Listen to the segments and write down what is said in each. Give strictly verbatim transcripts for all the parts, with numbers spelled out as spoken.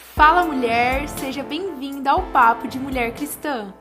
Fala mulher, seja bem-vinda ao Papo de Mulher Cristã.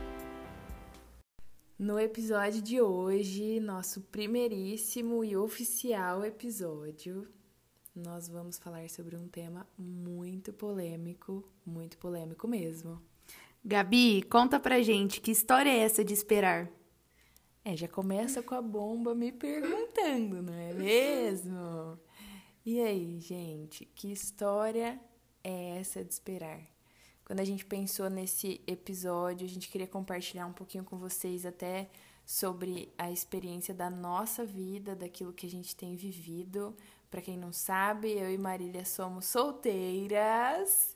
No episódio de hoje, nosso primeiríssimo e oficial episódio, nós vamos falar sobre um tema muito polêmico, muito polêmico mesmo. Gabi, conta pra gente, que história é essa de esperar? É, já começa com a bomba me perguntando, não é mesmo? E aí, gente, que história é essa de esperar? Quando a gente pensou nesse episódio, a gente queria compartilhar um pouquinho com vocês até sobre a experiência da nossa vida, daquilo que a gente tem vivido. Para quem não sabe, eu e Marília somos solteiras.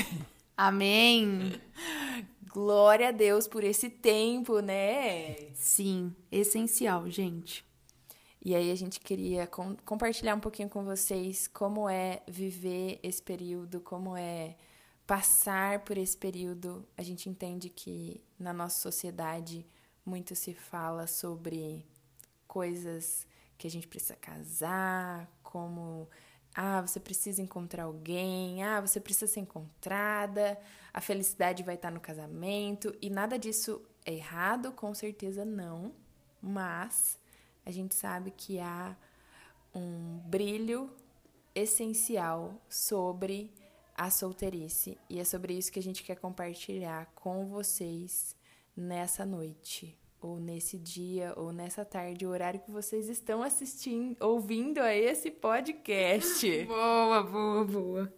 Amém! Glória a Deus por esse tempo, né? Sim, essencial, gente. E aí a gente queria com- compartilhar um pouquinho com vocês como é viver esse período, como é passar por esse período. A gente entende que na nossa sociedade muito se fala sobre coisas que a gente precisa casar, como ah, você precisa encontrar alguém, ah, você precisa ser encontrada, a felicidade vai estar no casamento, e nada disso é errado, com certeza não, mas a gente sabe que há um brilho essencial sobre a solteirice, e é sobre isso que a gente quer compartilhar com vocês nessa noite, ou nesse dia, ou nessa tarde, o horário que vocês estão assistindo, ouvindo a esse podcast. Boa, boa, boa.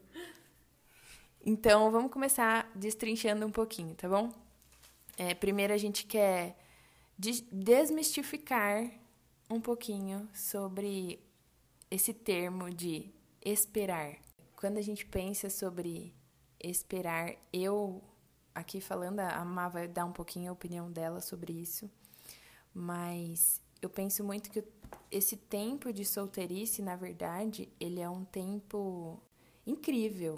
Então, vamos começar destrinchando um pouquinho, tá bom? É, primeiro, a gente quer desmistificar um pouquinho sobre esse termo de esperar. Quando a gente pensa sobre esperar, eu... Aqui falando, a Má vai dar um pouquinho a opinião dela sobre isso, mas eu penso muito que esse tempo de solteirice, na verdade, ele é um tempo incrível.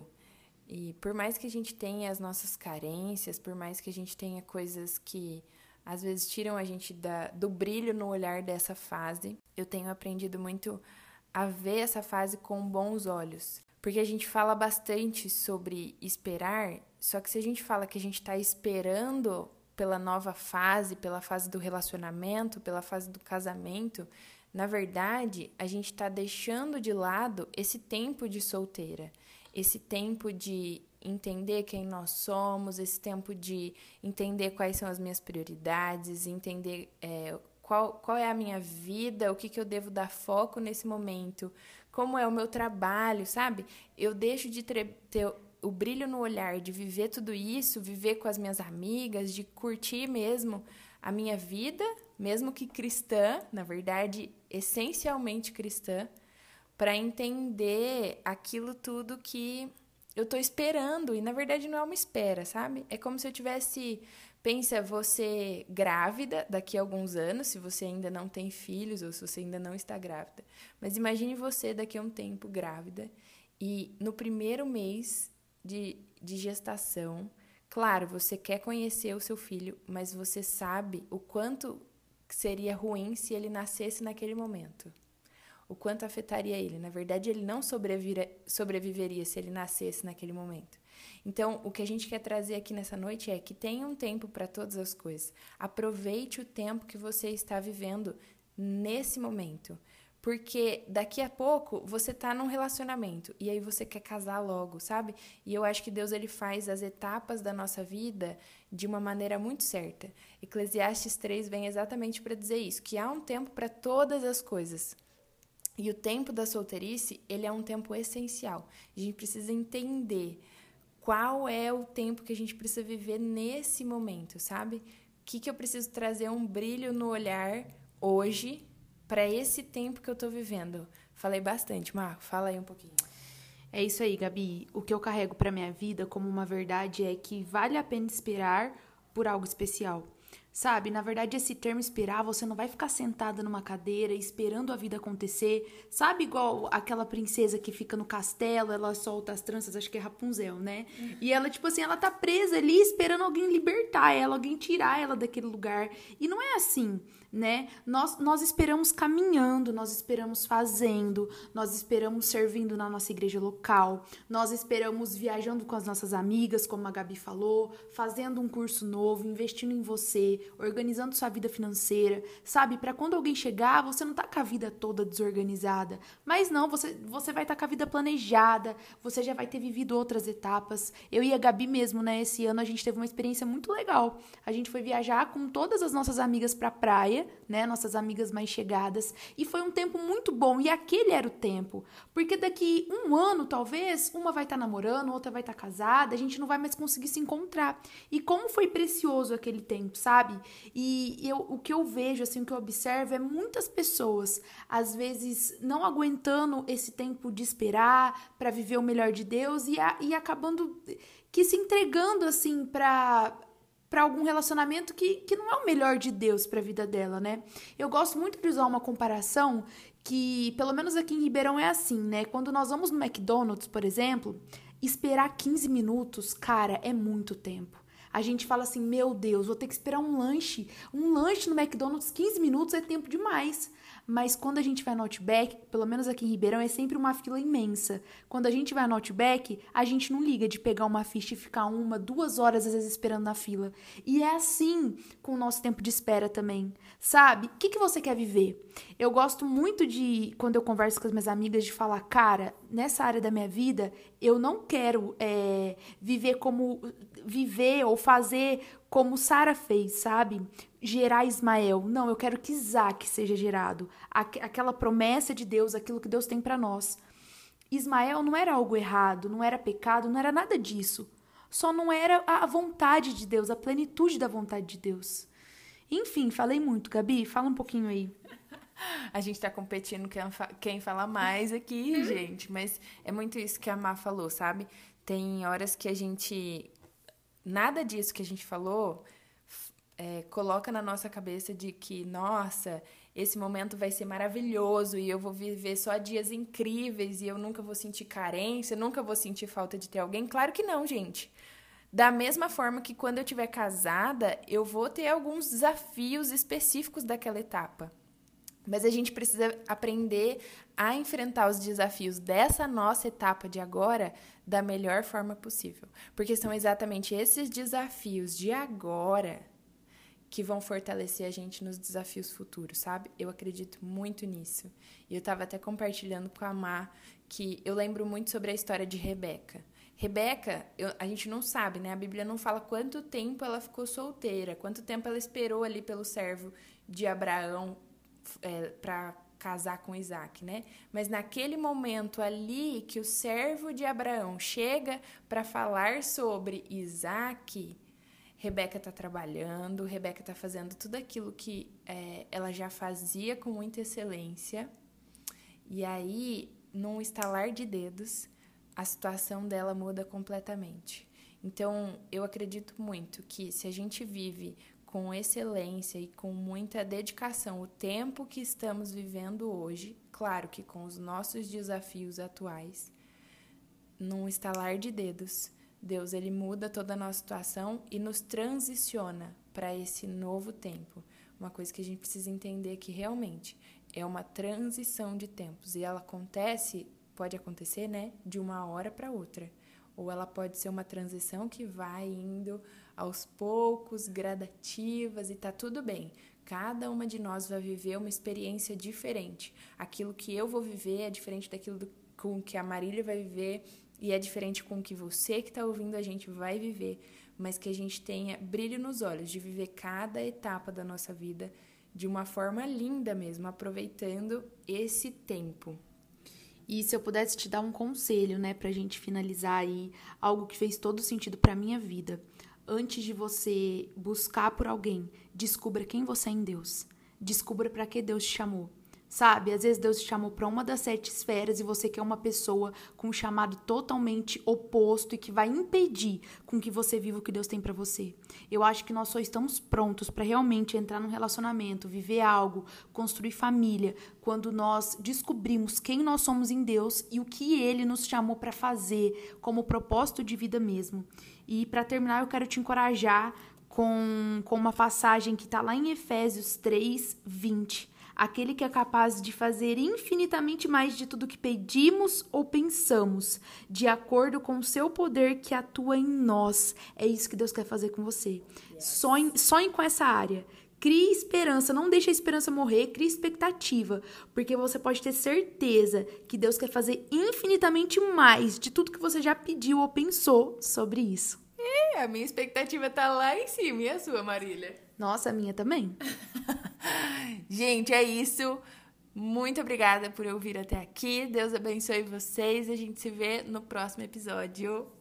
E por mais que a gente tenha as nossas carências, por mais que a gente tenha coisas que às vezes tiram a gente da, do brilho no olhar dessa fase, eu tenho aprendido muito a ver essa fase com bons olhos. Porque a gente fala bastante sobre esperar, só que se a gente fala que a gente está esperando pela nova fase, pela fase do relacionamento, pela fase do casamento, na verdade, a gente está deixando de lado esse tempo de solteira, esse tempo de entender quem nós somos, esse tempo de entender quais são as minhas prioridades, entender é, qual, qual é a minha vida, o que, que eu devo dar foco nesse momento, como é o meu trabalho, sabe? Eu deixo de ter o brilho no olhar, de viver tudo isso, viver com as minhas amigas, de curtir mesmo a minha vida, mesmo que cristã, na verdade, essencialmente cristã, para entender aquilo tudo que eu tô esperando, e na verdade não é uma espera, sabe? É como se eu tivesse... Pensa você grávida daqui a alguns anos, se você ainda não tem filhos ou se você ainda não está grávida. Mas imagine você daqui a um tempo grávida e no primeiro mês de, de gestação, claro, você quer conhecer o seu filho, mas você sabe o quanto seria ruim se ele nascesse naquele momento. O quanto afetaria ele. Na verdade, ele não sobreviveria se ele nascesse naquele momento. Então, o que a gente quer trazer aqui nessa noite é que tenha um tempo para todas as coisas. Aproveite o tempo que você está vivendo nesse momento. Porque daqui a pouco você está num relacionamento e aí você quer casar logo, sabe? E eu acho que Deus ele faz as etapas da nossa vida de uma maneira muito certa. Eclesiastes três vem exatamente para dizer isso, que há um tempo para todas as coisas. E o tempo da solteirice, ele é um tempo essencial. A gente precisa entender qual é o tempo que a gente precisa viver nesse momento, sabe? O que, que eu preciso trazer um brilho no olhar hoje para esse tempo que eu tô vivendo. Falei bastante, Marco, fala aí um pouquinho. É isso aí, Gabi. O que eu carrego para minha vida como uma verdade é que vale a pena esperar por algo especial. sabe? Na verdade, esse termo esperar, você não vai ficar sentada numa cadeira esperando a vida acontecer, sabe? Igual aquela princesa que fica no castelo, ela solta as tranças, acho que é Rapunzel, né? E ela, tipo assim, ela tá presa ali esperando alguém libertar ela, alguém tirar ela daquele lugar. E não é assim, né? Nós, nós esperamos caminhando, nós esperamos fazendo, nós esperamos servindo na nossa igreja local, nós esperamos viajando com as nossas amigas, como a Gabi falou, fazendo um curso novo, investindo em você, organizando sua vida financeira, sabe? Para quando alguém chegar, você não tá com a vida toda desorganizada, mas não, você, você vai estar tá com a vida planejada, você já vai ter vivido outras etapas. Eu e a Gabi mesmo, né? Esse ano a gente teve uma experiência muito legal. A gente foi viajar com todas as nossas amigas pra praia, né? Nossas amigas mais chegadas, e foi um tempo muito bom, e aquele era o tempo, porque daqui um ano, talvez, uma vai estar tá namorando, outra vai estar tá casada, a gente não vai mais conseguir se encontrar. E como foi precioso aquele tempo, sabe? E eu, o que eu vejo, assim, o que eu observo é muitas pessoas, às vezes, não aguentando esse tempo de esperar para viver o melhor de Deus e, a, e acabando que se entregando, assim, para para algum relacionamento que, que não é o melhor de Deus para a vida dela, né? Eu gosto muito de usar uma comparação que, pelo menos aqui em Ribeirão, é assim, né? Quando nós vamos no McDonald's, por exemplo, esperar quinze minutos, cara, é muito tempo. A gente fala assim, meu Deus, vou ter que esperar um lanche. Um lanche no McDonald's, quinze minutos é tempo demais. Mas quando a gente vai no Outback, pelo menos aqui em Ribeirão, é sempre uma fila imensa. Quando a gente vai no Outback, a gente não liga de pegar uma ficha e ficar uma, duas horas, às vezes, esperando na fila. E é assim com o nosso tempo de espera também, sabe? O que, que você quer viver? Eu gosto muito de, quando eu converso com as minhas amigas, de falar, cara, nessa área da minha vida, eu não quero é, viver como... viver ou fazer como Sara fez, sabe? Gerar Ismael. Não, eu quero que Isaac seja gerado. Aqu- aquela promessa de Deus, aquilo que Deus tem para nós. Ismael não era algo errado, não era pecado, não era nada disso. Só não era a vontade de Deus, a plenitude da vontade de Deus. Enfim, falei muito. Gabi, fala um pouquinho aí. A gente tá competindo quem, fa- quem fala mais aqui, gente. Mas é muito isso que a Má falou, sabe? Tem horas que a gente... Nada disso que a gente falou é, coloca na nossa cabeça de que, nossa, esse momento vai ser maravilhoso e eu vou viver só dias incríveis e eu nunca vou sentir carência, nunca vou sentir falta de ter alguém. Claro que não, gente. Da mesma forma que quando eu estiver casada, eu vou ter alguns desafios específicos daquela etapa. Mas a gente precisa aprender a enfrentar os desafios dessa nossa etapa de agora da melhor forma possível. Porque são exatamente esses desafios de agora que vão fortalecer a gente nos desafios futuros, sabe? Eu acredito muito nisso. E eu estava até compartilhando com a Má que eu lembro muito sobre a história de Rebeca. Rebeca, eu, a gente não sabe, né? A Bíblia não fala quanto tempo ela ficou solteira, quanto tempo ela esperou ali pelo servo de Abraão É, para casar com Isaac, né? Mas naquele momento ali que o servo de Abraão chega para falar sobre Isaac, Rebeca está trabalhando, Rebeca está fazendo tudo aquilo que é, ela já fazia com muita excelência. E aí, num estalar de dedos, a situação dela muda completamente. Então, eu acredito muito que se a gente vive com excelência e com muita dedicação o tempo que estamos vivendo hoje, claro que com os nossos desafios atuais, num estalar de dedos, Deus ele muda toda a nossa situação e nos transiciona para esse novo tempo. Uma coisa que a gente precisa entender que realmente é uma transição de tempos e ela acontece, pode acontecer, né, de uma hora para outra. Ou ela pode ser uma transição que vai indo aos poucos, gradativas, e tá tudo bem. Cada uma de nós vai viver uma experiência diferente. Aquilo que eu vou viver é diferente daquilo do, com que a Marília vai viver, e é diferente com o que você que está ouvindo a gente vai viver, mas que a gente tenha brilho nos olhos de viver cada etapa da nossa vida de uma forma linda mesmo, aproveitando esse tempo. E se eu pudesse te dar um conselho, né, pra gente finalizar aí, algo que fez todo sentido pra minha vida. Antes de você buscar por alguém, descubra quem você é em Deus. Descubra pra que Deus te chamou. Sabe? Às vezes Deus te chamou para uma das sete esferas e você quer uma pessoa com um chamado totalmente oposto e que vai impedir com que você viva o que Deus tem para você. Eu acho que nós só estamos prontos para realmente entrar num relacionamento, viver algo, construir família, quando nós descobrimos quem nós somos em Deus e o que Ele nos chamou para fazer como propósito de vida mesmo. E para terminar, eu quero te encorajar com, com uma passagem que está lá em Efésios três, vinte. Aquele que é capaz de fazer infinitamente mais de tudo que pedimos ou pensamos, de acordo com o seu poder que atua em nós. É isso que Deus quer fazer com você. Yes. Sonhe, sonhe com essa área. Crie esperança, não deixe a esperança morrer, crie expectativa, porque você pode ter certeza que Deus quer fazer infinitamente mais de tudo que você já pediu ou pensou sobre isso. É, a minha expectativa tá lá em cima, e a sua, Marília? Nossa, a minha também. Gente, é isso. Muito obrigada por ouvir até aqui. Deus abençoe vocês. A gente se vê no próximo episódio.